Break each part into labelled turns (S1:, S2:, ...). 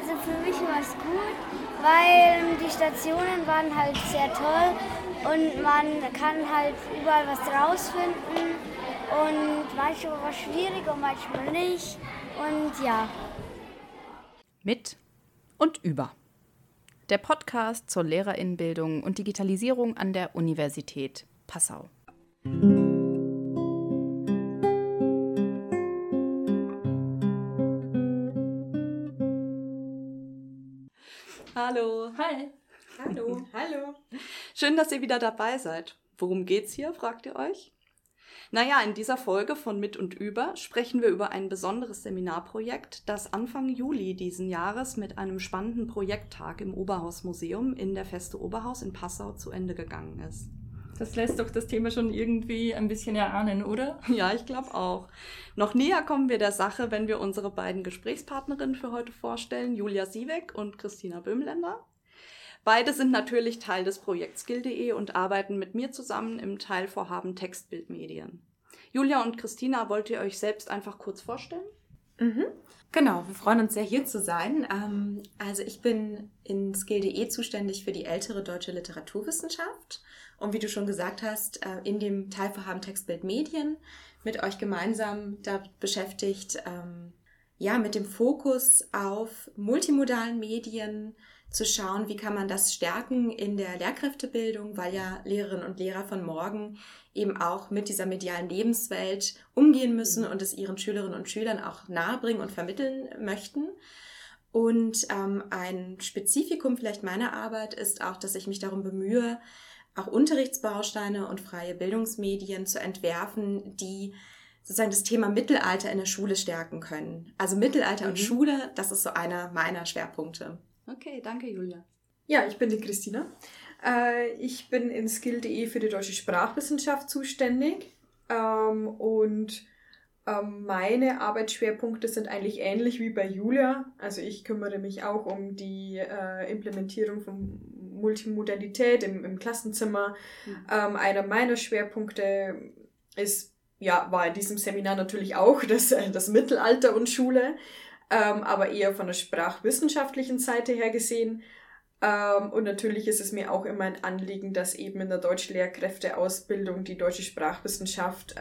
S1: Also für mich war es gut, weil die Stationen waren halt sehr toll und man kann halt überall was rausfinden und manchmal war es schwierig und manchmal nicht und ja.
S2: Mit und über. Der Podcast zur Lehrerinnenbildung und Digitalisierung an der Universität Passau.
S3: Hallo.
S4: Hi.
S3: Hallo.
S4: Hallo.
S3: Schön, dass ihr wieder dabei seid. Worum geht's hier, fragt ihr euch? Naja, in dieser Folge von Mit und Über sprechen wir über ein besonderes Seminarprojekt, das Anfang Juli diesen Jahres mit einem spannenden Projekttag im Oberhausmuseum in der Feste Oberhaus in Passau zu Ende gegangen ist.
S4: Das lässt doch das Thema schon irgendwie ein bisschen erahnen, oder?
S3: Ja, ich glaube auch. Noch näher kommen wir der Sache, wenn wir unsere beiden Gesprächspartnerinnen für heute vorstellen, Julia Siebeck und Christina Böhmländer. Beide sind natürlich Teil des Projekts skill.de und arbeiten mit mir zusammen im Teilvorhaben Textbildmedien. Julia und Christina, wollt ihr euch selbst einfach kurz vorstellen?
S5: Genau, wir freuen uns sehr, hier zu sein. Also ich bin in skill.de zuständig für die ältere deutsche Literaturwissenschaft und wie du schon gesagt hast, in dem Teilvorhaben Textbildmedien mit euch gemeinsam da beschäftigt, mit dem Fokus auf multimodalen Medien, zu schauen, wie kann man das stärken in der Lehrkräftebildung, weil ja Lehrerinnen und Lehrer von morgen eben auch mit dieser medialen Lebenswelt umgehen müssen und es ihren Schülerinnen und Schülern auch nahebringen und vermitteln möchten. Und ein Spezifikum vielleicht meiner Arbeit ist auch, dass ich mich darum bemühe, auch Unterrichtsbausteine und freie Bildungsmedien zu entwerfen, die sozusagen das Thema Mittelalter in der Schule stärken können. Also Mittelalter und Schule, das ist so einer meiner Schwerpunkte.
S3: Okay, danke Julia.
S6: Ja, ich bin die Christina. Ich bin in skill.de für die deutsche Sprachwissenschaft zuständig und meine Arbeitsschwerpunkte sind eigentlich ähnlich wie bei Julia. Also ich kümmere mich auch um die Implementierung von Multimodalität im Klassenzimmer. Einer meiner Schwerpunkte war in diesem Seminar natürlich auch das Mittelalter und Schule. Aber eher von der sprachwissenschaftlichen Seite her gesehen. Und natürlich ist es mir auch immer ein Anliegen, dass eben in der Deutschlehrkräfteausbildung die deutsche Sprachwissenschaft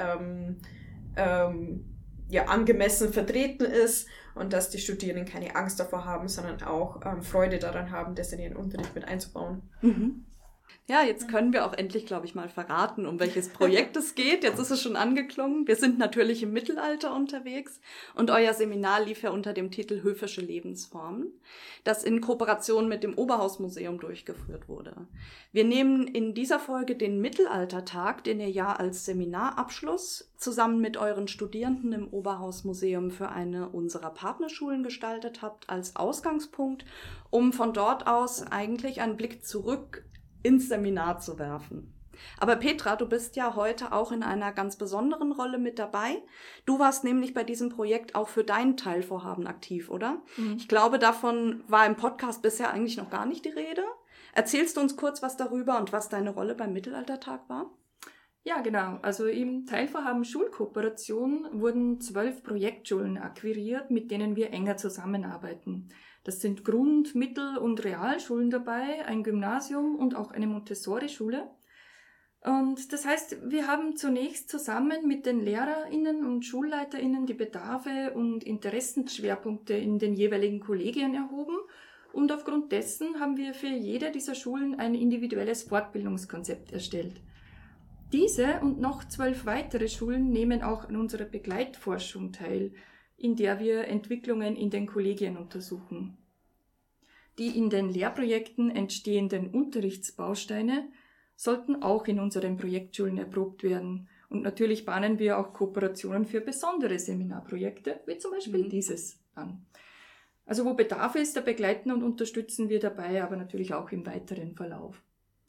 S6: angemessen vertreten ist und dass die Studierenden keine Angst davor haben, sondern auch Freude daran haben, das in ihren Unterricht mit einzubauen.
S3: Ja, jetzt können wir auch endlich, glaube ich, mal verraten, um welches Projekt es geht. Jetzt ist es schon angeklungen. Wir sind natürlich im Mittelalter unterwegs und euer Seminar lief ja unter dem Titel Höfische Lebensformen, das in Kooperation mit dem Oberhausmuseum durchgeführt wurde. Wir nehmen in dieser Folge den Mittelaltertag, den ihr ja als Seminarabschluss zusammen mit euren Studierenden im Oberhausmuseum für eine unserer Partnerschulen gestaltet habt, als Ausgangspunkt, um von dort aus eigentlich einen Blick zurück ins Seminar zu werfen. Aber Petra, du bist ja heute auch in einer ganz besonderen Rolle mit dabei. Du warst nämlich bei diesem Projekt auch für dein Teilvorhaben aktiv, oder? Ich glaube, davon war im Podcast bisher eigentlich noch gar nicht die Rede. Erzählst du uns kurz was darüber und was deine Rolle beim Mittelaltertag war?
S4: Ja, genau. Also im Teilvorhaben Schulkooperation wurden 12 Projektschulen akquiriert, mit denen wir enger zusammenarbeiten. Das sind Grund-, Mittel- und Realschulen dabei, ein Gymnasium und auch eine Montessori-Schule. Und das heißt, wir haben zunächst zusammen mit den LehrerInnen und SchulleiterInnen die Bedarfe und Interessenschwerpunkte in den jeweiligen Kollegien erhoben. Und aufgrund dessen haben wir für jede dieser Schulen ein individuelles Fortbildungskonzept erstellt. Diese und noch 12 weitere Schulen nehmen auch an unserer Begleitforschung teil, in der wir Entwicklungen in den Kollegien untersuchen. Die in den Lehrprojekten entstehenden Unterrichtsbausteine sollten auch in unseren Projektschulen erprobt werden. Und natürlich bahnen wir auch Kooperationen für besondere Seminarprojekte, wie zum Beispiel dieses, an. Also wo Bedarf ist, da begleiten und unterstützen wir dabei, aber natürlich auch im weiteren Verlauf.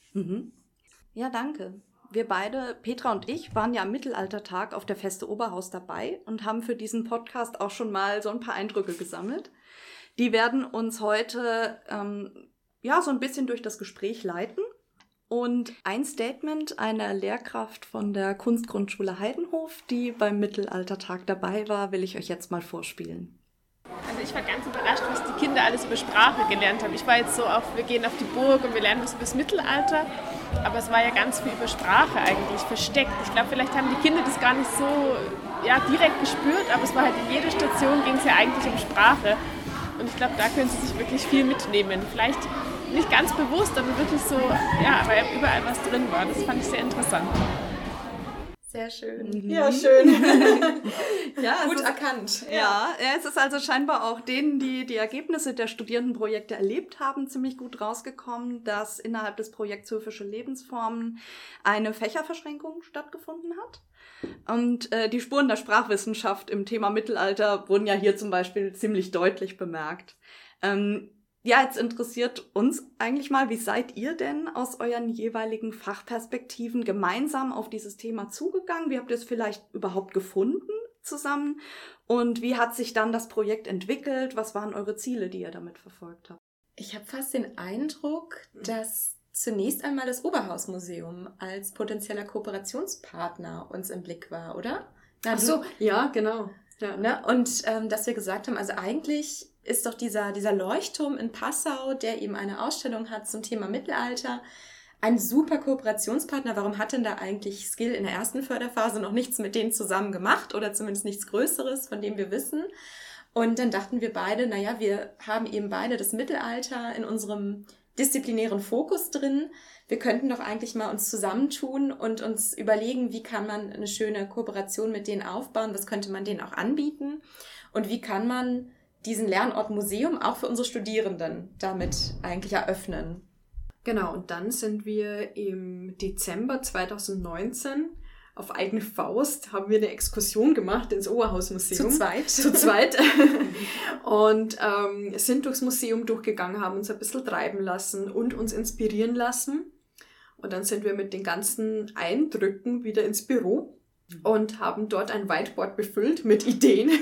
S3: Ja, danke. Wir beide, Petra und ich, waren ja am Mittelaltertag auf der Feste Oberhaus dabei und haben für diesen Podcast auch schon mal so ein paar Eindrücke gesammelt. Die werden uns heute so ein bisschen durch das Gespräch leiten. Und ein Statement einer Lehrkraft von der Kunstgrundschule Heidenhof, die beim Mittelaltertag dabei war, will ich euch jetzt mal vorspielen.
S7: An ich war ganz überrascht, was die Kinder alles über Sprache gelernt haben. Ich war jetzt so wir gehen auf die Burg und wir lernen was über das Mittelalter, aber es war ja ganz viel über Sprache eigentlich versteckt. Ich glaube, vielleicht haben die Kinder das gar nicht so direkt gespürt, aber es war halt in jeder Station ging es ja eigentlich um Sprache. Und ich glaube, da können sie sich wirklich viel mitnehmen. Vielleicht nicht ganz bewusst, aber wirklich so, weil überall was drin war. Das fand ich sehr interessant.
S5: Sehr schön.
S6: Ja, schön.
S5: Gut erkannt.
S3: Ja, es ist also scheinbar auch denen, die die Ergebnisse der Studierendenprojekte erlebt haben, ziemlich gut rausgekommen, dass innerhalb des Projekts Höfische Lebensformen eine Fächerverschränkung stattgefunden hat. Und die Spuren der Sprachwissenschaft im Thema Mittelalter wurden ja hier zum Beispiel ziemlich deutlich bemerkt. Jetzt interessiert uns eigentlich mal, wie seid ihr denn aus euren jeweiligen Fachperspektiven gemeinsam auf dieses Thema zugegangen? Wie habt ihr es vielleicht überhaupt gefunden zusammen? Und wie hat sich dann das Projekt entwickelt? Was waren eure Ziele, die ihr damit verfolgt habt?
S5: Ich habe fast den Eindruck, dass zunächst einmal das Oberhausmuseum als potenzieller Kooperationspartner uns im Blick war, oder?
S6: Ach so, ja, genau. Ja.
S5: Ne? Und dass wir gesagt haben, also eigentlich ist doch dieser Leuchtturm in Passau, der eben eine Ausstellung hat zum Thema Mittelalter, ein super Kooperationspartner. Warum hat denn da eigentlich Skill in der ersten Förderphase noch nichts mit denen zusammen gemacht oder zumindest nichts Größeres, von dem wir wissen? Und dann dachten wir beide, wir haben eben beide das Mittelalter in unserem disziplinären Fokus drin. Wir könnten doch eigentlich mal uns zusammentun und uns überlegen, wie kann man eine schöne Kooperation mit denen aufbauen, was könnte man denen auch anbieten und wie kann man diesen Lernort Museum auch für unsere Studierenden damit eigentlich eröffnen.
S6: Genau, und dann sind wir im Dezember 2019 auf eigene Faust, haben wir eine Exkursion gemacht ins Oberhausmuseum. Zu zweit. Und sind durchs Museum durchgegangen, haben uns ein bisschen treiben lassen und uns inspirieren lassen. Und dann sind wir mit den ganzen Eindrücken wieder ins Büro und haben dort ein Whiteboard befüllt mit Ideen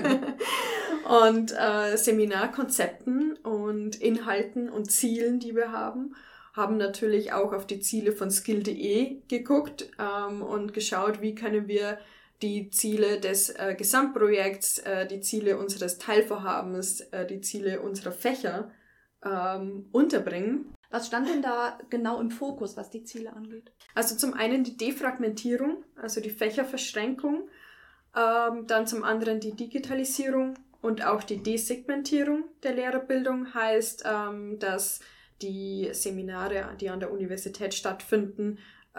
S6: und Seminarkonzepten und Inhalten und Zielen, die wir haben. Haben natürlich auch auf die Ziele von skill.de geguckt und geschaut, wie können wir die Ziele des Gesamtprojekts, die Ziele unseres Teilvorhabens, die Ziele unserer Fächer unterbringen.
S3: Was stand denn da genau im Fokus, was die Ziele angeht?
S6: Also zum einen die Defragmentierung, also die Fächerverschränkung, dann zum anderen die Digitalisierung und auch die Desegmentierung der Lehrerbildung heißt, dass die Seminare, die an der Universität stattfinden,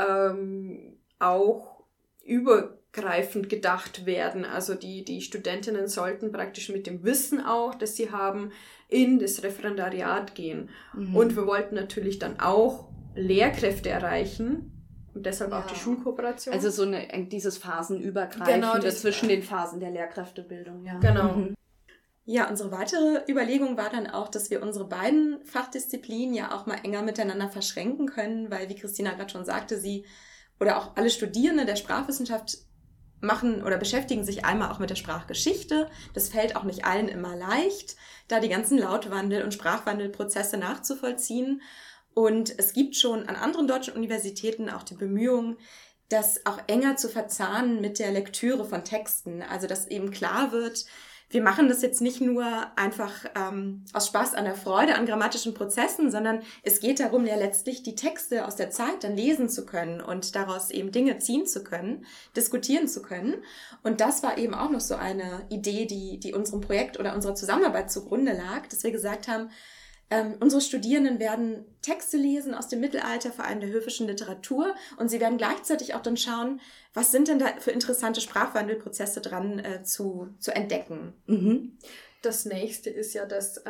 S6: auch übergreifend gedacht werden. Also die Studentinnen sollten praktisch mit dem Wissen auch, das sie haben, in das Referendariat gehen. Mhm. Und wir wollten natürlich dann auch Lehrkräfte erreichen und deshalb auch die Schulkooperation.
S3: Also so dieses Phasenübergreifende zwischen den Phasen der Lehrkräftebildung. Ja.
S6: Genau.
S3: Mhm.
S5: Ja, unsere weitere Überlegung war dann auch, dass wir unsere beiden Fachdisziplinen ja auch mal enger miteinander verschränken können, weil, wie Christina gerade schon sagte, sie oder auch alle Studierende der Sprachwissenschaft machen oder beschäftigen sich einmal auch mit der Sprachgeschichte. Das fällt auch nicht allen immer leicht, da die ganzen Lautwandel- und Sprachwandelprozesse nachzuvollziehen. Und es gibt schon an anderen deutschen Universitäten auch die Bemühungen, das auch enger zu verzahnen mit der Lektüre von Texten. Also, dass eben klar wird, wir machen das jetzt nicht nur einfach aus Spaß an der Freude an grammatischen Prozessen, sondern es geht darum, ja letztlich die Texte aus der Zeit dann lesen zu können und daraus eben Dinge ziehen zu können, diskutieren zu können. Und das war eben auch noch so eine Idee, die unserem Projekt oder unserer Zusammenarbeit zugrunde lag, dass wir gesagt haben, unsere Studierenden werden Texte lesen aus dem Mittelalter, vor allem der höfischen Literatur, und sie werden gleichzeitig auch dann schauen, was sind denn da für interessante Sprachwandelprozesse dran zu entdecken.
S6: Mhm. Das nächste ist ja, dass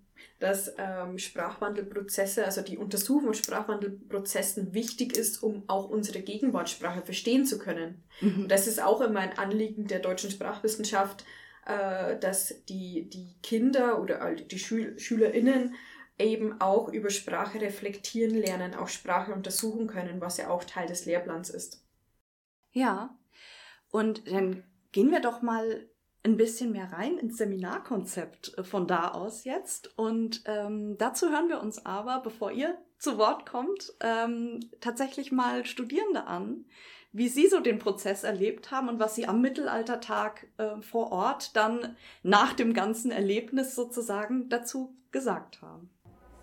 S6: Sprachwandelprozesse, also die Untersuchung von Sprachwandelprozessen wichtig ist, um auch unsere Gegenwartssprache verstehen zu können. Mhm. Und das ist auch immer ein Anliegen der deutschen Sprachwissenschaft, dass die Kinder oder die SchülerInnen eben auch über Sprache reflektieren lernen, auch Sprache untersuchen können, was ja auch Teil des Lehrplans ist.
S3: Ja, und dann gehen wir doch mal ein bisschen mehr rein ins Seminarkonzept von da aus jetzt. Und dazu hören wir uns aber, bevor ihr zu Wort kommt, tatsächlich mal Studierende an, wie Sie so den Prozess erlebt haben und was Sie am Mittelaltertag vor Ort dann nach dem ganzen Erlebnis sozusagen dazu gesagt haben.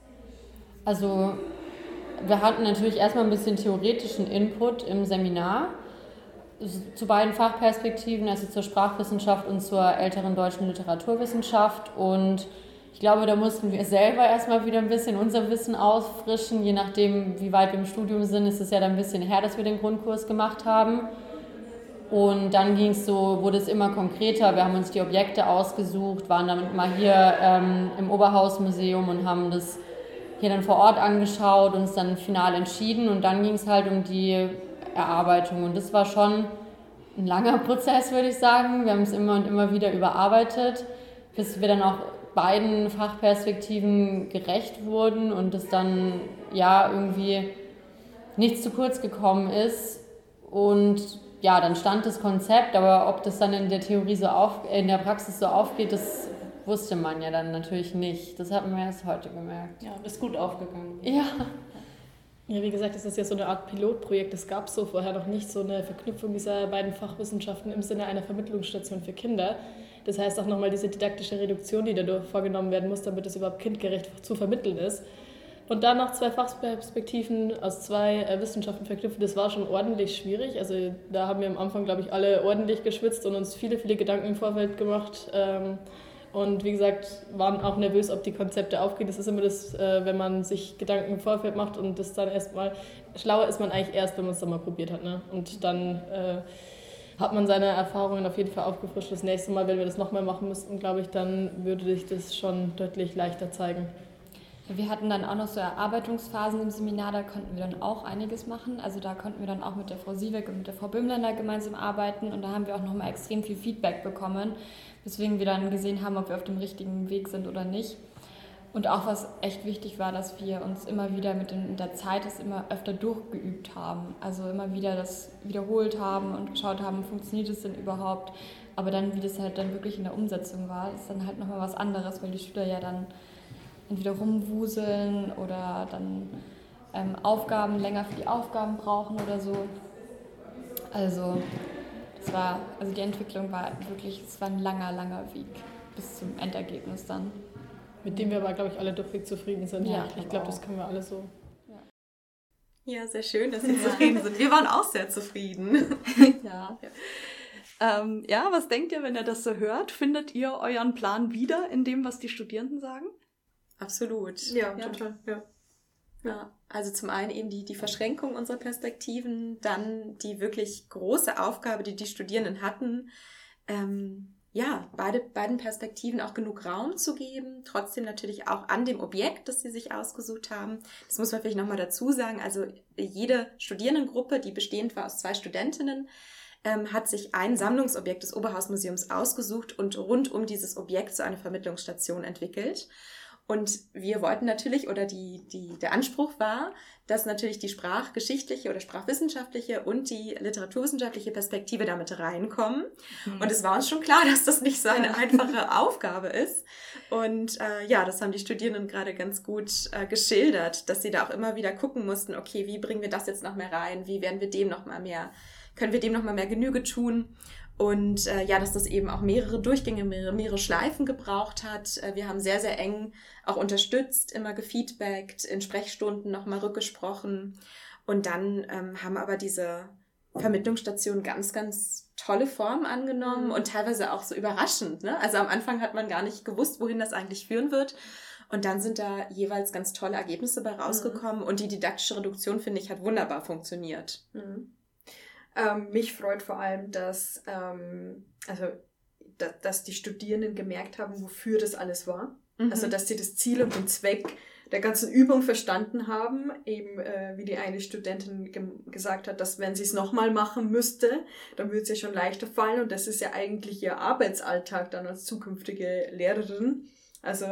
S8: Also wir hatten natürlich erstmal ein bisschen theoretischen Input im Seminar zu beiden Fachperspektiven, also zur Sprachwissenschaft und zur älteren deutschen Literaturwissenschaft. Und ich glaube, da mussten wir selber erstmal wieder ein bisschen unser Wissen auffrischen. Je nachdem, wie weit wir im Studium sind, ist es ja dann ein bisschen her, dass wir den Grundkurs gemacht haben. Und dann wurde es immer konkreter. Wir haben uns die Objekte ausgesucht, waren damit mal hier im Oberhausmuseum und haben das hier dann vor Ort angeschaut und uns dann final entschieden. Und dann ging es halt um die Erarbeitung. Und das war schon ein langer Prozess, würde ich sagen. Wir haben es immer und immer wieder überarbeitet, bis wir dann auch beiden Fachperspektiven gerecht wurden und es dann ja irgendwie nichts zu kurz gekommen ist. Und ja, dann stand das Konzept, aber ob das dann in der Theorie in der Praxis so aufgeht, das wusste man ja dann natürlich nicht. Das hat man erst heute gemerkt.
S9: Ja, ist gut aufgegangen.
S8: Ja.
S9: Ja, wie gesagt, das ist ja so eine Art Pilotprojekt. Es gab so vorher noch nicht so eine Verknüpfung dieser beiden Fachwissenschaften im Sinne einer Vermittlungsstation für Kinder. Das heißt auch nochmal diese didaktische Reduktion, die dadurch vorgenommen werden muss, damit es überhaupt kindgerecht zu vermitteln ist. Und dann noch 2 Fachperspektiven aus 2 Wissenschaften verknüpfen, das war schon ordentlich schwierig. Also da haben wir am Anfang, glaube ich, alle ordentlich geschwitzt und uns viele, viele Gedanken im Vorfeld gemacht. Und wie gesagt, waren auch nervös, ob die Konzepte aufgehen. Das ist immer das, wenn man sich Gedanken im Vorfeld macht und das dann erstmal, schlauer ist man eigentlich erst, wenn man es dann mal probiert hat. Ne? Und dann hat man seine Erfahrungen auf jeden Fall aufgefrischt. Das nächste Mal, wenn wir das nochmal machen müssten, glaube ich, dann würde sich das schon deutlich leichter zeigen.
S10: Wir hatten dann auch noch so Erarbeitungsphasen im Seminar, da konnten wir dann auch einiges machen. Also da konnten wir dann auch mit der Frau Siebeck und mit der Frau Böhmländer gemeinsam arbeiten und da haben wir auch nochmal extrem viel Feedback bekommen, weswegen wir dann gesehen haben, ob wir auf dem richtigen Weg sind oder nicht. Und auch was echt wichtig war, dass wir uns immer wieder mit der Zeit das immer öfter durchgeübt haben. Also immer wieder das wiederholt haben und geschaut haben, funktioniert es denn überhaupt. Aber dann, wie das halt dann wirklich in der Umsetzung war, ist dann halt nochmal was anderes, weil die Schüler ja dann entweder rumwuseln oder dann Aufgaben länger für die Aufgaben brauchen oder so. Also die Entwicklung war wirklich, es war ein langer, langer Weg bis zum Endergebnis dann.
S9: Mit dem wir aber, glaube ich, alle durchweg zufrieden sind.
S10: Ja,
S9: ich glaube, das können wir alle so.
S5: Ja, sehr schön, dass Sie zufrieden sind. Wir waren auch sehr zufrieden.
S8: Ja.
S3: Ja, was denkt ihr, wenn ihr das so hört? Findet ihr euren Plan wieder in dem, was die Studierenden sagen?
S5: Absolut.
S6: Ja, total.
S5: Ja, also zum einen eben die Verschränkung unserer Perspektiven, dann die wirklich große Aufgabe, die die Studierenden hatten, beiden Perspektiven auch genug Raum zu geben, trotzdem natürlich auch an dem Objekt, das sie sich ausgesucht haben. Das muss man vielleicht nochmal dazu sagen, also jede Studierendengruppe, die bestehend war aus 2 Studentinnen, hat sich ein Sammlungsobjekt des Oberhausmuseums ausgesucht und rund um dieses Objekt so eine Vermittlungsstation entwickelt. Und wir wollten natürlich, oder der Anspruch war, dass natürlich die sprachgeschichtliche oder sprachwissenschaftliche und die literaturwissenschaftliche Perspektive damit reinkommen. Mhm. Und es war uns schon klar, dass das nicht so eine einfache Aufgabe ist. Und das haben die Studierenden gerade ganz gut geschildert, dass sie da auch immer wieder gucken mussten, okay, wie bringen wir das jetzt noch mehr rein? Wie werden wir dem noch mal mehr, können wir dem noch mal mehr Genüge tun? Und dass das eben auch mehrere Durchgänge, mehrere Schleifen gebraucht hat. Wir haben sehr, sehr eng auch unterstützt, immer gefeedbackt, in Sprechstunden nochmal rückgesprochen. Und dann haben aber diese Vermittlungsstationen ganz, ganz tolle Formen angenommen und teilweise auch so überraschend. Ne? Also am Anfang hat man gar nicht gewusst, wohin das eigentlich führen wird. Und dann sind da jeweils ganz tolle Ergebnisse bei rausgekommen. Und die didaktische Reduktion, finde ich, hat wunderbar funktioniert.
S6: Mhm. Mich freut vor allem, dass die Studierenden gemerkt haben, wofür das alles war. Mhm. Also, dass sie das Ziel und den Zweck der ganzen Übung verstanden haben. Eben, wie die eine Studentin gesagt hat, dass wenn sie es nochmal machen müsste, dann würde es ihr schon leichter fallen. Und das ist ja eigentlich ihr Arbeitsalltag dann als zukünftige Lehrerin. Also,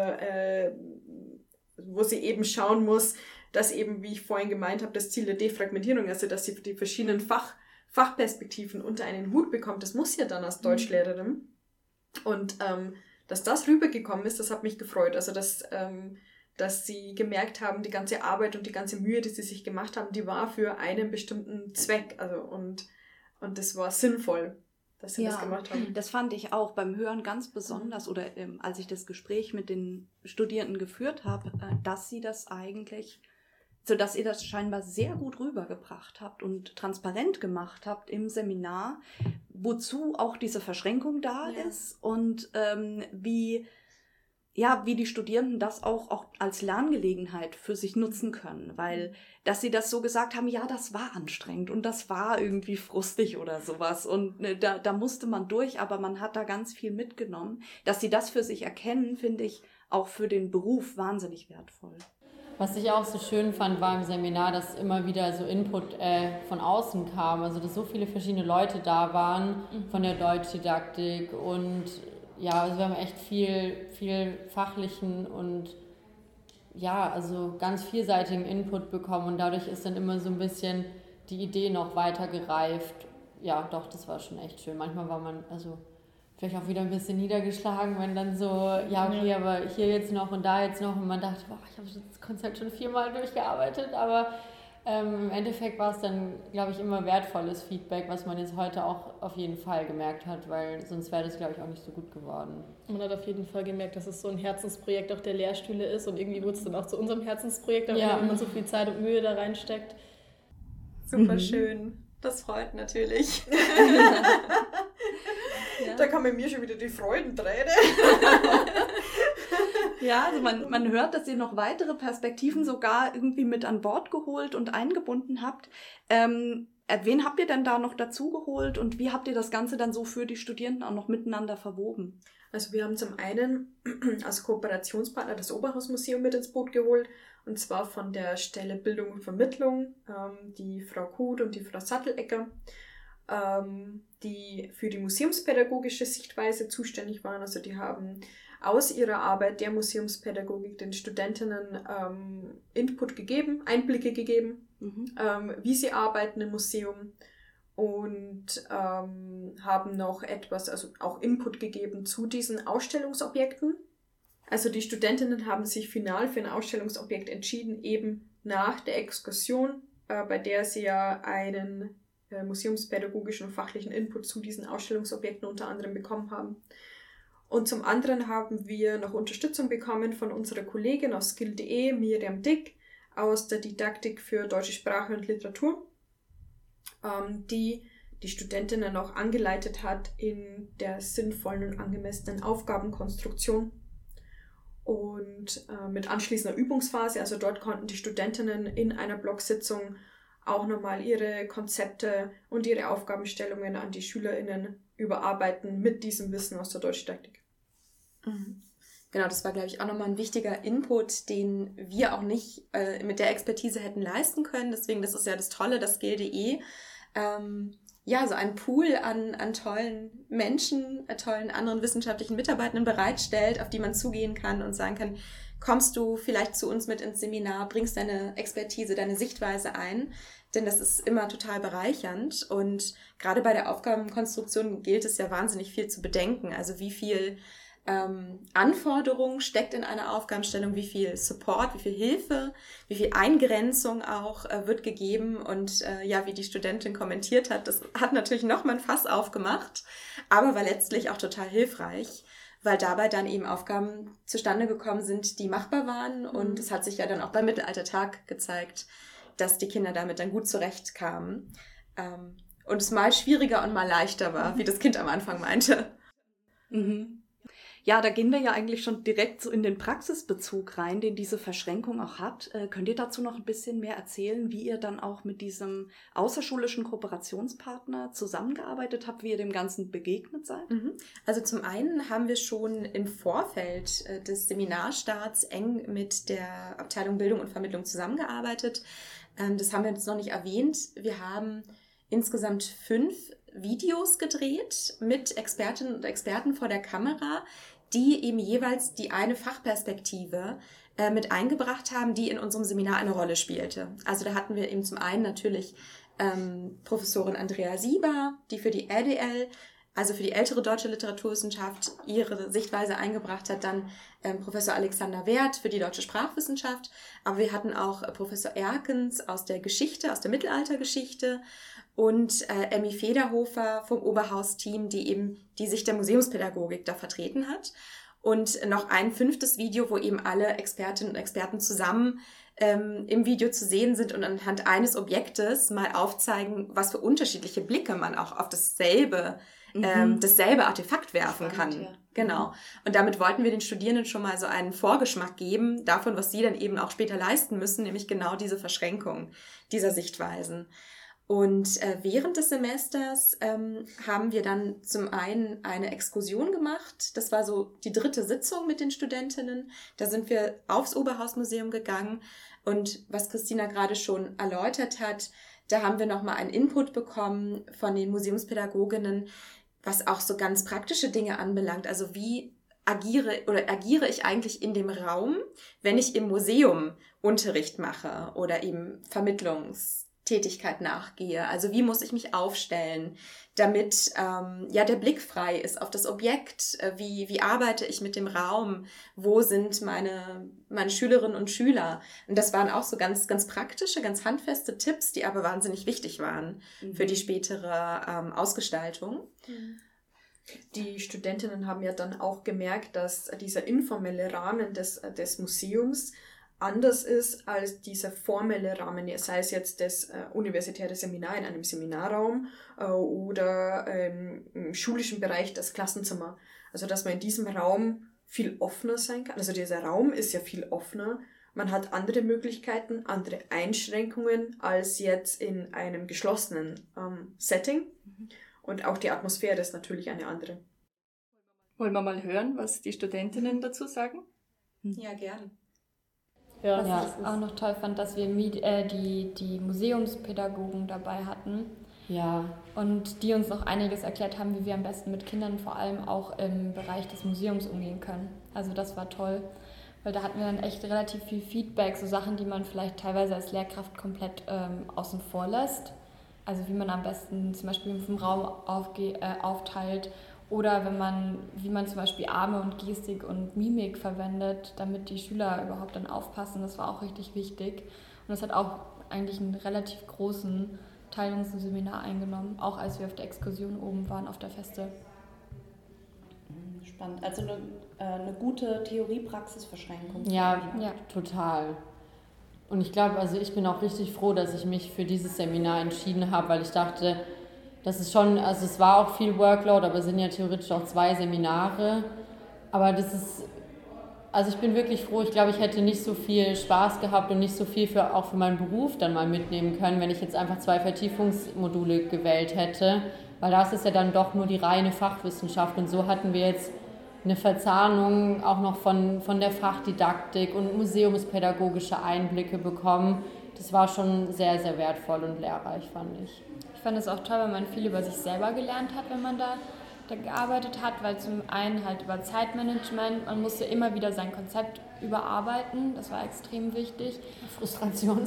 S6: wo sie eben schauen muss, dass eben, wie ich vorhin gemeint habe, das Ziel der Defragmentierung, also dass sie die verschiedenen Fachperspektiven unter einen Hut bekommt, das muss ja dann als Deutschlehrerin. Und dass das rübergekommen ist, das hat mich gefreut. Also dass sie gemerkt haben, die ganze Arbeit und die ganze Mühe, die sie sich gemacht haben, die war für einen bestimmten Zweck. Also und Und das war sinnvoll, dass sie das gemacht haben.
S3: Das fand ich auch beim Hören ganz besonders, oder als ich das Gespräch mit den Studierenden geführt habe, dass sie das eigentlich, sodass ihr das scheinbar sehr gut rübergebracht habt und transparent gemacht habt im Seminar, wozu auch diese Verschränkung da ist und wie die Studierenden das auch als Lerngelegenheit für sich nutzen können, weil, dass sie das so gesagt haben, ja, das war anstrengend und das war irgendwie frustig oder sowas und da musste man durch, aber man hat da ganz viel mitgenommen. Dass sie das für sich erkennen, finde ich auch für den Beruf wahnsinnig wertvoll.
S8: Was ich auch so schön fand, war im Seminar, dass immer wieder so Input von außen kam, also dass so viele verschiedene Leute da waren von der Deutschdidaktik und ja, also wir haben echt viel fachlichen und ja, also ganz vielseitigen Input bekommen und dadurch ist dann immer so ein bisschen die Idee noch weiter gereift. Ja, doch, das war schon echt schön. Manchmal war man also vielleicht auch wieder ein bisschen niedergeschlagen, wenn dann so, ja okay, aber hier jetzt noch und da jetzt noch und man dachte, boah, ich habe das Konzept schon 4-mal durchgearbeitet, aber im Endeffekt war es dann, glaube ich, immer wertvolles Feedback, was man jetzt heute auch auf jeden Fall gemerkt hat, weil sonst wäre das, glaube ich, auch nicht so gut geworden.
S9: Man hat auf jeden Fall gemerkt, dass es so ein Herzensprojekt auch der Lehrstühle ist und irgendwie wurde es dann auch zu unserem Herzensprojekt, wenn man so viel Zeit und Mühe da reinsteckt.
S5: Super schön. Das freut natürlich.
S6: Da kam bei mir schon wieder die Freudenträne.
S3: Ja, also man hört, dass ihr noch weitere Perspektiven sogar irgendwie mit an Bord geholt und eingebunden habt. Wen habt ihr denn da noch dazu geholt und wie habt ihr das Ganze dann so für die Studierenden auch noch miteinander verwoben?
S6: Also wir haben zum einen als Kooperationspartner das Oberhausmuseum mit ins Boot geholt und zwar von der Stelle Bildung und Vermittlung, die Frau Kuth und die Frau Sattelecker, die für die museumspädagogische Sichtweise zuständig waren. Also die haben aus ihrer Arbeit der Museumspädagogik den Studentinnen Input gegeben, Einblicke gegeben, wie sie arbeiten im Museum und haben noch etwas, also auch Input gegeben zu diesen Ausstellungsobjekten. Also die Studentinnen haben sich final für ein Ausstellungsobjekt entschieden, eben nach der Exkursion, bei der sie ja einen museumspädagogischen und fachlichen Input zu diesen Ausstellungsobjekten unter anderem bekommen haben. Und zum anderen haben wir noch Unterstützung bekommen von unserer Kollegin aus Skill.de, Miriam Dick, aus der Didaktik für deutsche Sprache und Literatur, die die Studentinnen auch angeleitet hat in der sinnvollen und angemessenen Aufgabenkonstruktion und mit anschließender Übungsphase. Also dort konnten die Studentinnen in einer Blocksitzung auch nochmal ihre Konzepte und ihre Aufgabenstellungen an die SchülerInnen überarbeiten mit diesem Wissen aus der Deutschdidaktik.
S5: Genau, das war, glaube ich, auch nochmal ein wichtiger Input, den wir auch nicht mit der Expertise hätten leisten können. Deswegen, das ist ja das Tolle, dass Skill.de so einen Pool an tollen Menschen, tollen anderen wissenschaftlichen Mitarbeitenden bereitstellt, auf die man zugehen kann und sagen kann, kommst du vielleicht zu uns mit ins Seminar, bringst deine Expertise, deine Sichtweise ein, denn das ist immer total bereichernd und gerade bei der Aufgabenkonstruktion gilt es ja wahnsinnig viel zu bedenken, also wie viel Anforderung steckt in einer Aufgabenstellung, wie viel Support, wie viel Hilfe, wie viel Eingrenzung auch wird gegeben und wie die Studentin kommentiert hat, das hat natürlich nochmal ein Fass aufgemacht, aber war letztlich auch total hilfreich, weil dabei dann eben Aufgaben zustande gekommen sind, die machbar waren und es hat sich ja dann auch beim Mittelaltertag gezeigt, dass die Kinder damit dann gut zurechtkamen und es mal schwieriger und mal leichter war, wie das Kind am Anfang meinte.
S3: Ja, da gehen wir ja eigentlich schon direkt so in den Praxisbezug rein, den diese Verschränkung auch hat. Könnt ihr dazu noch ein bisschen mehr erzählen, wie ihr dann auch mit diesem außerschulischen Kooperationspartner zusammengearbeitet habt, wie ihr dem Ganzen begegnet seid?
S5: Also zum einen haben wir schon im Vorfeld des Seminarstarts eng mit der Abteilung Bildung und Vermittlung zusammengearbeitet. Das haben wir jetzt noch nicht erwähnt. Wir haben insgesamt 5 Videos gedreht mit Expertinnen und Experten vor der Kamera, die eben jeweils die eine Fachperspektive mit eingebracht haben, die in unserem Seminar eine Rolle spielte. Also da hatten wir eben zum einen natürlich Professorin Andrea Sieber, die für die RDL Also für die ältere deutsche Literaturwissenschaft ihre Sichtweise eingebracht hat dann Professor Alexander Werth für die deutsche Sprachwissenschaft. Aber wir hatten auch Professor Erkens aus der Geschichte, aus der Mittelaltergeschichte und Emmy Federhofer vom Oberhaus-Team, die Sicht der Museumspädagogik da vertreten hat. Und noch ein 5. Video, wo eben alle Expertinnen und Experten zusammen im Video zu sehen sind und anhand eines Objektes mal aufzeigen, was für unterschiedliche Blicke man auch auf dasselbe Artefakt werfen kann. Ja. Genau. Und damit wollten wir den Studierenden schon mal so einen Vorgeschmack geben davon, was sie dann eben auch später leisten müssen, nämlich genau diese Verschränkung dieser Sichtweisen. Und während des Semesters haben wir dann zum einen eine Exkursion gemacht. Das war so die 3. Sitzung mit den Studentinnen. Da sind wir aufs Oberhausmuseum gegangen. Und was Christina gerade schon erläutert hat, da haben wir nochmal einen Input bekommen von den Museumspädagoginnen, was auch so ganz praktische Dinge anbelangt. Also wie agiere ich eigentlich in dem Raum, wenn ich im Museum Unterricht mache oder eben Vermittlungstätigkeit nachgehe. Also wie muss ich mich aufstellen, damit der Blick frei ist auf das Objekt? Wie arbeite ich mit dem Raum? Wo sind meine Schülerinnen und Schüler? Und das waren auch so ganz, ganz praktische, ganz handfeste Tipps, die aber wahnsinnig wichtig waren für die spätere Ausgestaltung.
S6: Die Studentinnen haben ja dann auch gemerkt, dass dieser informelle Rahmen des Museums anders ist als dieser formelle Rahmen, sei es jetzt das universitäre Seminar in einem Seminarraum oder im schulischen Bereich das Klassenzimmer. Also dass man in diesem Raum viel offener sein kann. Also dieser Raum ist ja viel offener. Man hat andere Möglichkeiten, andere Einschränkungen als jetzt in einem geschlossenen Setting. Und auch die Atmosphäre ist natürlich eine andere.
S4: Wollen wir mal hören, was die Studentinnen dazu sagen?
S5: Ja, gerne.
S10: Ja, was ich auch noch toll fand, dass wir die Museumspädagogen dabei hatten.
S8: Ja.
S10: Und die uns noch einiges erklärt haben, wie wir am besten mit Kindern vor allem auch im Bereich des Museums umgehen können. Also das war toll, weil da hatten wir dann echt relativ viel Feedback, so Sachen, die man vielleicht teilweise als Lehrkraft komplett außen vor lässt. Also wie man am besten zum Beispiel vom Raum aufteilt oder wie man zum Beispiel Arme und Gestik und Mimik verwendet, damit die Schüler überhaupt dann aufpassen. Das war auch richtig wichtig. Und das hat auch eigentlich einen relativ großen Teil unseres Seminar eingenommen, auch als wir auf der Exkursion oben waren auf der Feste.
S11: Spannend. Also eine gute Theorie-Praxis-Verschränkung.
S8: Ja, total. Und ich glaube, also ich bin auch richtig froh, dass ich mich für dieses Seminar entschieden habe, weil ich dachte, das ist schon, also es war auch viel Workload, aber es sind ja theoretisch auch 2 Seminare. Aber also ich bin wirklich froh, ich glaube, ich hätte nicht so viel Spaß gehabt und nicht so viel auch für meinen Beruf dann mal mitnehmen können, wenn ich jetzt einfach 2 Vertiefungsmodule gewählt hätte, weil das ist ja dann doch nur die reine Fachwissenschaft und so hatten wir jetzt eine Verzahnung auch noch von der Fachdidaktik und museumspädagogische Einblicke bekommen. Das war schon sehr, sehr wertvoll und lehrreich, fand ich.
S10: Ich fand es auch toll, weil man viel über sich selber gelernt hat, wenn man da gearbeitet hat, weil zum einen halt über Zeitmanagement, man musste immer wieder sein Konzept überarbeiten, das war extrem wichtig.
S8: Frustration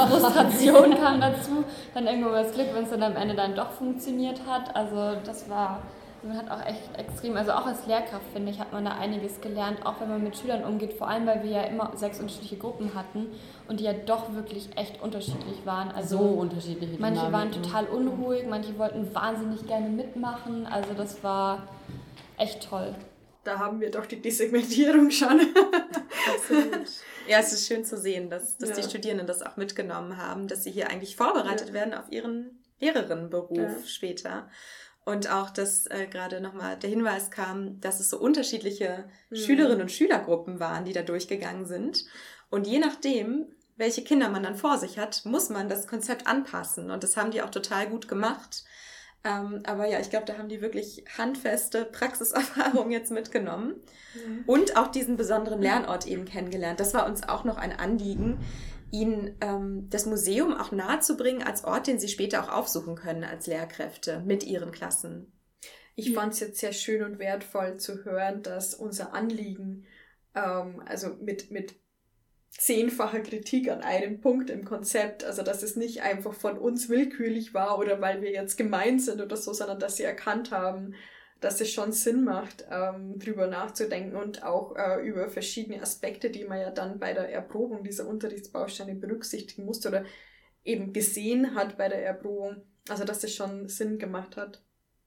S10: kam dazu, dann irgendwo das Glück, wenn es dann am Ende dann doch funktioniert hat, also man hat auch echt extrem, also auch als Lehrkraft, finde ich, hat man da einiges gelernt, auch wenn man mit Schülern umgeht, vor allem, weil wir ja immer 6 unterschiedliche Gruppen hatten und die ja doch wirklich echt unterschiedlich waren. Also
S8: so unterschiedliche Dynamiken.
S10: Manche waren total unruhig, manche wollten wahnsinnig gerne mitmachen, also das war echt toll.
S6: Da haben wir doch die Desegmentierung schon.
S5: Absolut. Ja, es ist schön zu sehen, dass die Studierenden das auch mitgenommen haben, dass sie hier eigentlich vorbereitet werden auf ihren Lehrerinnenberuf später. Und auch, dass gerade nochmal der Hinweis kam, dass es so unterschiedliche Schülerinnen und Schülergruppen waren, die da durchgegangen sind. Und je nachdem, welche Kinder man dann vor sich hat, muss man das Konzept anpassen. Und das haben die auch total gut gemacht. Aber ja, ich glaube, da haben die wirklich handfeste Praxiserfahrung jetzt mitgenommen. Und auch diesen besonderen Lernort eben kennengelernt. Das war uns auch noch ein Anliegen, ihnen das Museum auch nahezubringen als Ort, den sie später auch aufsuchen können als Lehrkräfte mit ihren Klassen.
S6: Ich fand es jetzt sehr schön und wertvoll zu hören, dass unser Anliegen, also mit 10-facher Kritik an einem Punkt im Konzept, also dass es nicht einfach von uns willkürlich war oder weil wir jetzt gemein sind oder so, sondern dass sie erkannt haben, dass es schon Sinn macht, drüber nachzudenken und auch über verschiedene Aspekte, die man ja dann bei der Erprobung dieser Unterrichtsbausteine berücksichtigen musste oder eben gesehen hat bei der Erprobung. Also dass es schon Sinn gemacht hat.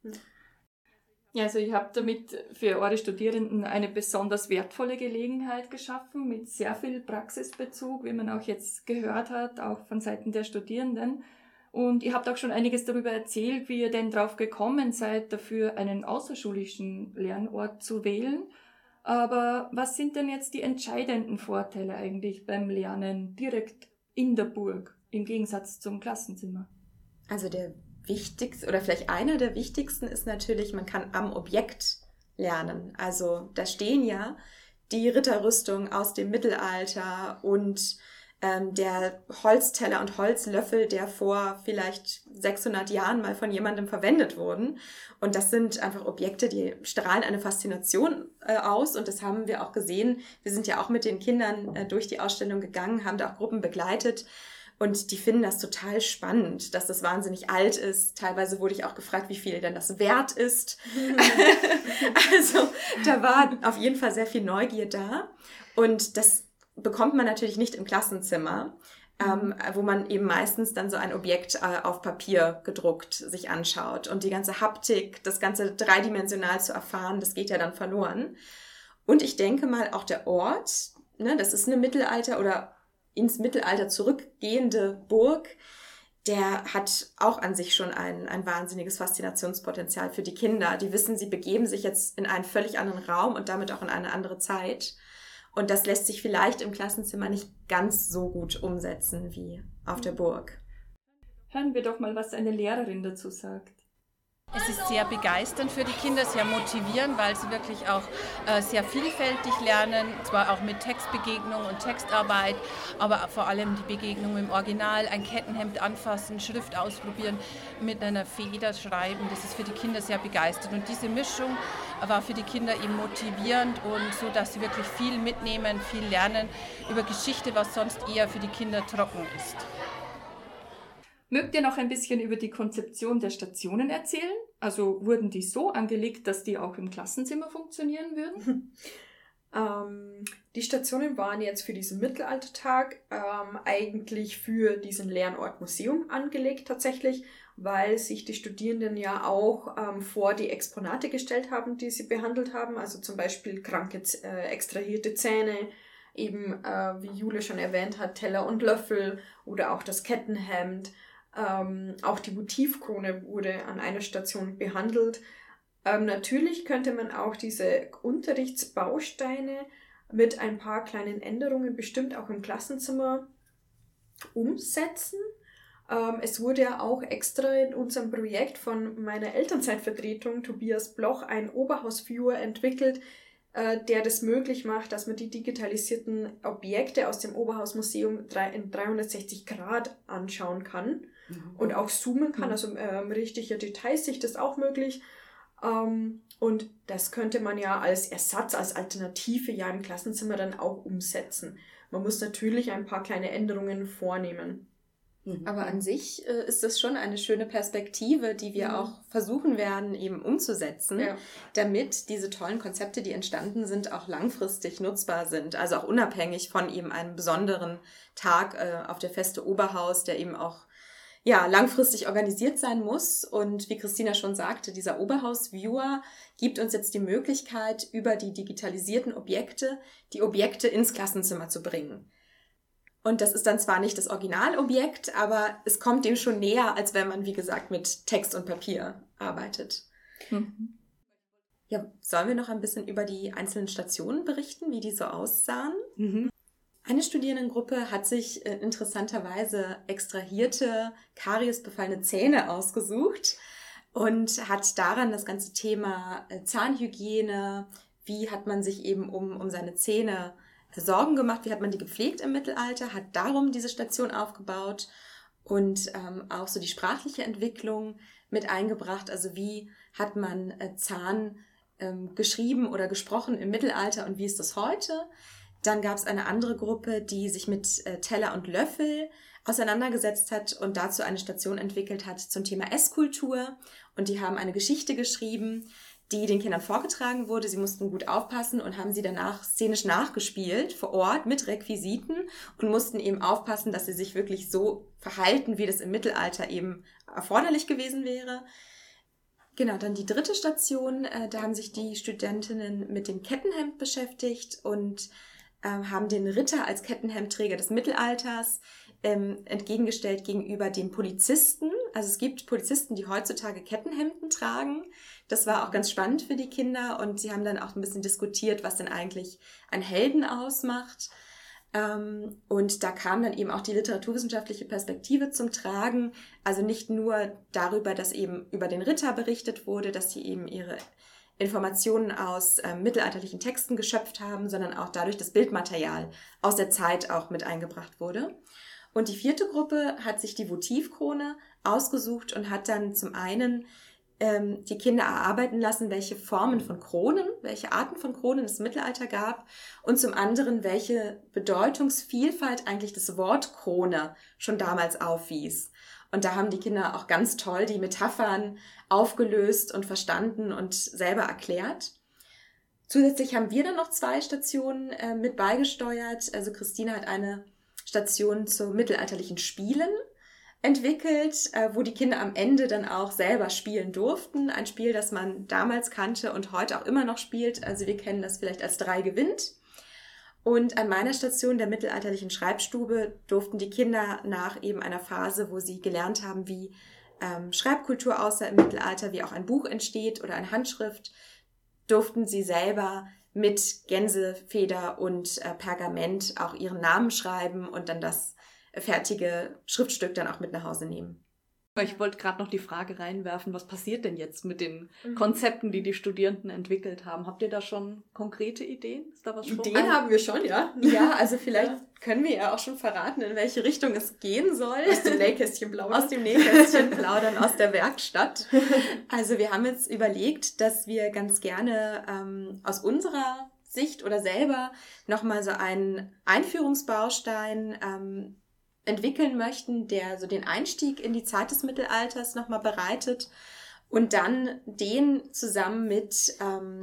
S4: Ja, also ich habe damit für eure Studierenden eine besonders wertvolle Gelegenheit geschaffen, mit sehr viel Praxisbezug, wie man auch jetzt gehört hat, auch von Seiten der Studierenden. Und ihr habt auch schon einiges darüber erzählt, wie ihr denn drauf gekommen seid, dafür einen außerschulischen Lernort zu wählen. Aber was sind denn jetzt die entscheidenden Vorteile eigentlich beim Lernen direkt in der Burg, im Gegensatz zum Klassenzimmer?
S5: Also der wichtigste oder vielleicht einer der wichtigsten ist natürlich, man kann am Objekt lernen. Also da stehen ja die Ritterrüstungen aus dem Mittelalter und der Holzteller und Holzlöffel, der vor vielleicht 600 Jahren mal von jemandem verwendet wurden. Und das sind einfach Objekte, die strahlen eine Faszination aus. Und das haben wir auch gesehen. Wir sind ja auch mit den Kindern durch die Ausstellung gegangen, haben da auch Gruppen begleitet. Und die finden das total spannend, dass das wahnsinnig alt ist. Teilweise wurde ich auch gefragt, wie viel denn das wert ist. Also da war auf jeden Fall sehr viel Neugier da. Und das bekommt man natürlich nicht im Klassenzimmer, wo man eben meistens dann so ein Objekt auf Papier gedruckt sich anschaut. Und die ganze Haptik, das Ganze dreidimensional zu erfahren, das geht ja dann verloren. Und ich denke mal, auch der Ort, ne, das ist eine Mittelalter- oder ins Mittelalter zurückgehende Burg, der hat auch an sich schon ein wahnsinniges Faszinationspotenzial für die Kinder. Die wissen, sie begeben sich jetzt in einen völlig anderen Raum und damit auch in eine andere Zeit. Und das lässt sich vielleicht im Klassenzimmer nicht ganz so gut umsetzen wie auf der Burg.
S4: Hören wir doch mal, was eine Lehrerin dazu sagt.
S12: Es ist sehr begeisternd für die Kinder, sehr motivierend, weil sie wirklich auch sehr vielfältig lernen, zwar auch mit Textbegegnung und Textarbeit, aber vor allem die Begegnung im Original, ein Kettenhemd anfassen, Schrift ausprobieren, mit einer Feder schreiben, das ist für die Kinder sehr begeisternd. Und diese Mischung war für die Kinder eben motivierend und so, dass sie wirklich viel mitnehmen, viel lernen über Geschichte, was sonst eher für die Kinder trocken ist.
S4: Mögt ihr noch ein bisschen über die Konzeption der Stationen erzählen? Also wurden die so angelegt, dass die auch im Klassenzimmer funktionieren würden?
S6: Die Stationen waren jetzt für diesen Mittelaltertag eigentlich für diesen Lernort Museum angelegt tatsächlich, weil sich die Studierenden ja auch vor die Exponate gestellt haben, die sie behandelt haben. Also zum Beispiel kranke, extrahierte Zähne, eben wie Jule schon erwähnt hat, Teller und Löffel oder auch das Kettenhemd. Auch die Votivkrone wurde an einer Station behandelt. Natürlich könnte man auch diese Unterrichtsbausteine mit ein paar kleinen Änderungen bestimmt auch im Klassenzimmer umsetzen. Es wurde ja auch extra in unserem Projekt von meiner Elternzeitvertretung Tobias Bloch ein Oberhausviewer entwickelt, der das möglich macht, dass man die digitalisierten Objekte aus dem Oberhausmuseum in 360 Grad anschauen kann und auch zoomen kann. Also richtige Detailsicht ist auch möglich. Und das könnte man ja als Ersatz, als Alternative ja im Klassenzimmer dann auch umsetzen. Man muss natürlich ein paar kleine Änderungen vornehmen.
S5: Aber an sich ist das schon eine schöne Perspektive, die wir auch versuchen werden, eben umzusetzen, damit diese tollen Konzepte, die entstanden sind, auch langfristig nutzbar sind. Also auch unabhängig von eben einem besonderen Tag auf der Feste Oberhaus, der eben auch langfristig organisiert sein muss. Und wie Christina schon sagte, dieser Oberhaus-Viewer gibt uns jetzt die Möglichkeit, über die digitalisierten Objekte, die Objekte ins Klassenzimmer zu bringen. Und das ist dann zwar nicht das Originalobjekt, aber es kommt dem schon näher, als wenn man, wie gesagt, mit Text und Papier arbeitet. Ja, sollen wir noch ein bisschen über die einzelnen Stationen berichten, wie die so aussahen? Eine Studierendengruppe hat sich interessanterweise extrahierte, kariesbefallene Zähne ausgesucht und hat daran das ganze Thema Zahnhygiene, wie hat man sich eben um seine Zähne Sorgen gemacht, wie hat man die gepflegt im Mittelalter, hat darum diese Station aufgebaut und auch so die sprachliche Entwicklung mit eingebracht. Also wie hat man Zahn geschrieben oder gesprochen im Mittelalter und wie ist das heute? Dann gab es eine andere Gruppe, die sich mit Teller und Löffel auseinandergesetzt hat und dazu eine Station entwickelt hat zum Thema Esskultur. Und die haben eine Geschichte geschrieben, die den Kindern vorgetragen wurde. Sie mussten gut aufpassen und haben sie danach szenisch nachgespielt vor Ort mit Requisiten und mussten eben aufpassen, dass sie sich wirklich so verhalten, wie das im Mittelalter eben erforderlich gewesen wäre. Genau, dann die 3. Station, da haben sich die Studentinnen mit dem Kettenhemd beschäftigt und haben den Ritter als Kettenhemdträger des Mittelalters entgegengestellt gegenüber den Polizisten. Also es gibt Polizisten, die heutzutage Kettenhemden tragen. Das war auch ganz spannend für die Kinder und sie haben dann auch ein bisschen diskutiert, was denn eigentlich einen Helden ausmacht. Und da kam dann eben auch die literaturwissenschaftliche Perspektive zum Tragen. Also nicht nur darüber, dass eben über den Ritter berichtet wurde, dass sie eben ihre Informationen aus mittelalterlichen Texten geschöpft haben, sondern auch dadurch das Bildmaterial aus der Zeit auch mit eingebracht wurde. Und die 4. Gruppe hat sich die Votivkrone ausgesucht und hat dann zum einen die Kinder erarbeiten lassen, welche Formen von Kronen, welche Arten von Kronen es im Mittelalter gab und zum anderen, welche Bedeutungsvielfalt eigentlich das Wort Krone schon damals aufwies. Und da haben die Kinder auch ganz toll die Metaphern aufgelöst und verstanden und selber erklärt. Zusätzlich haben wir dann noch 2 Stationen mit beigesteuert. Also Christina hat eine Station zu mittelalterlichen Spielen entwickelt, wo die Kinder am Ende dann auch selber spielen durften. Ein Spiel, das man damals kannte und heute auch immer noch spielt. Also wir kennen das vielleicht als 3 gewinnt. Und an meiner Station der mittelalterlichen Schreibstube durften die Kinder nach eben einer Phase, wo sie gelernt haben, wie Schreibkultur aussah im Mittelalter, wie auch ein Buch entsteht oder eine Handschrift, durften sie selber mit Gänsefeder und Pergament auch ihren Namen schreiben und dann das fertige Schriftstück dann auch mit nach Hause nehmen.
S3: Ich wollte gerade noch die Frage reinwerfen, was passiert denn jetzt mit den Konzepten, die die Studierenden entwickelt haben? Habt ihr da schon konkrete Ideen? Ist da was
S6: Ideen haben wir schon, ja.
S5: Ja, also vielleicht können wir ja auch schon verraten, in welche Richtung es gehen soll.
S6: Aus dem Nähkästchen plaudern.
S5: Aus dem Nähkästchen plaudern, aus der Werkstatt. Also wir haben jetzt überlegt, dass wir ganz gerne aus unserer Sicht oder selber nochmal so einen Einführungsbaustein entwickeln möchten, der so den Einstieg in die Zeit des Mittelalters nochmal bereitet und dann den zusammen mit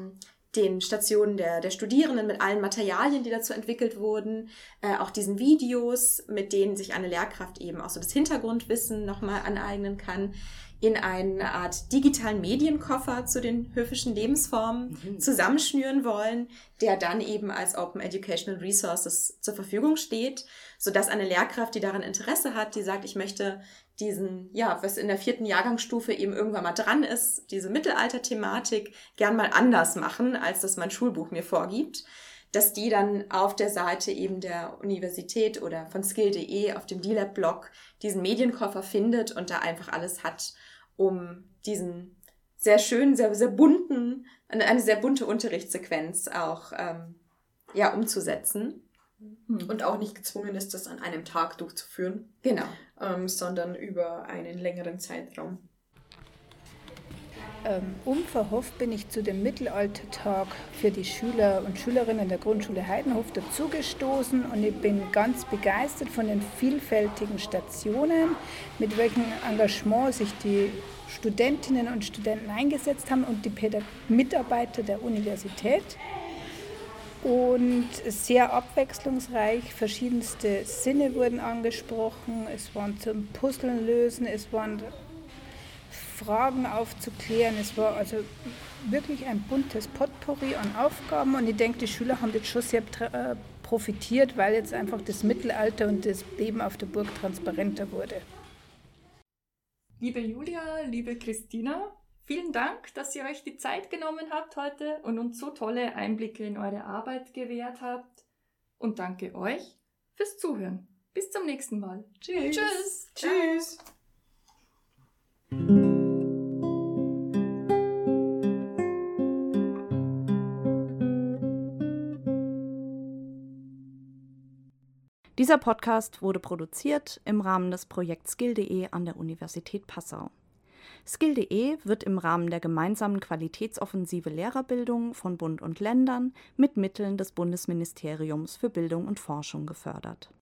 S5: den Stationen der Studierenden, mit allen Materialien, die dazu entwickelt wurden, auch diesen Videos, mit denen sich eine Lehrkraft eben auch so das Hintergrundwissen nochmal aneignen kann, in eine Art digitalen Medienkoffer zu den höfischen Lebensformen zusammenschnüren wollen, der dann eben als Open Educational Resources zur Verfügung steht, sodass eine Lehrkraft, die daran Interesse hat, die sagt, ich möchte diesen, was in der 4. Jahrgangsstufe eben irgendwann mal dran ist, diese Mittelalter-Thematik gern mal anders machen, als das mein Schulbuch mir vorgibt, dass die dann auf der Seite eben der Universität oder von skill.de auf dem DLab-Blog diesen Medienkoffer findet und da einfach alles hat, um diesen sehr schönen, sehr, sehr bunten, eine sehr bunte Unterrichtssequenz auch umzusetzen.
S6: Und auch nicht gezwungen ist, das an einem Tag durchzuführen.
S5: Genau.
S6: Sondern über einen längeren Zeitraum.
S13: Unverhofft bin ich zu dem Mittelaltertag für die Schüler und Schülerinnen der Grundschule Heidenhof dazugestoßen und ich bin ganz begeistert von den vielfältigen Stationen, mit welchem Engagement sich die Studentinnen und Studenten eingesetzt haben und die Mitarbeiter der Universität. Und sehr abwechslungsreich, verschiedenste Sinne wurden angesprochen, es waren zum Puzzeln lösen, es waren Fragen aufzuklären. Es war also wirklich ein buntes Potpourri an Aufgaben und ich denke, die Schüler haben jetzt schon sehr profitiert, weil jetzt einfach das Mittelalter und das Leben auf der Burg transparenter wurde.
S4: Liebe Julia, liebe Christina, vielen Dank, dass ihr euch die Zeit genommen habt heute und uns so tolle Einblicke in eure Arbeit gewährt habt. Und danke euch fürs Zuhören. Bis zum nächsten Mal.
S6: Tschüss.
S4: Tschüss.
S6: Tschüss.
S2: Dieser Podcast wurde produziert im Rahmen des Projekts skill.de an der Universität Passau. Skill.de wird im Rahmen der gemeinsamen Qualitätsoffensive Lehrerbildung von Bund und Ländern mit Mitteln des Bundesministeriums für Bildung und Forschung gefördert.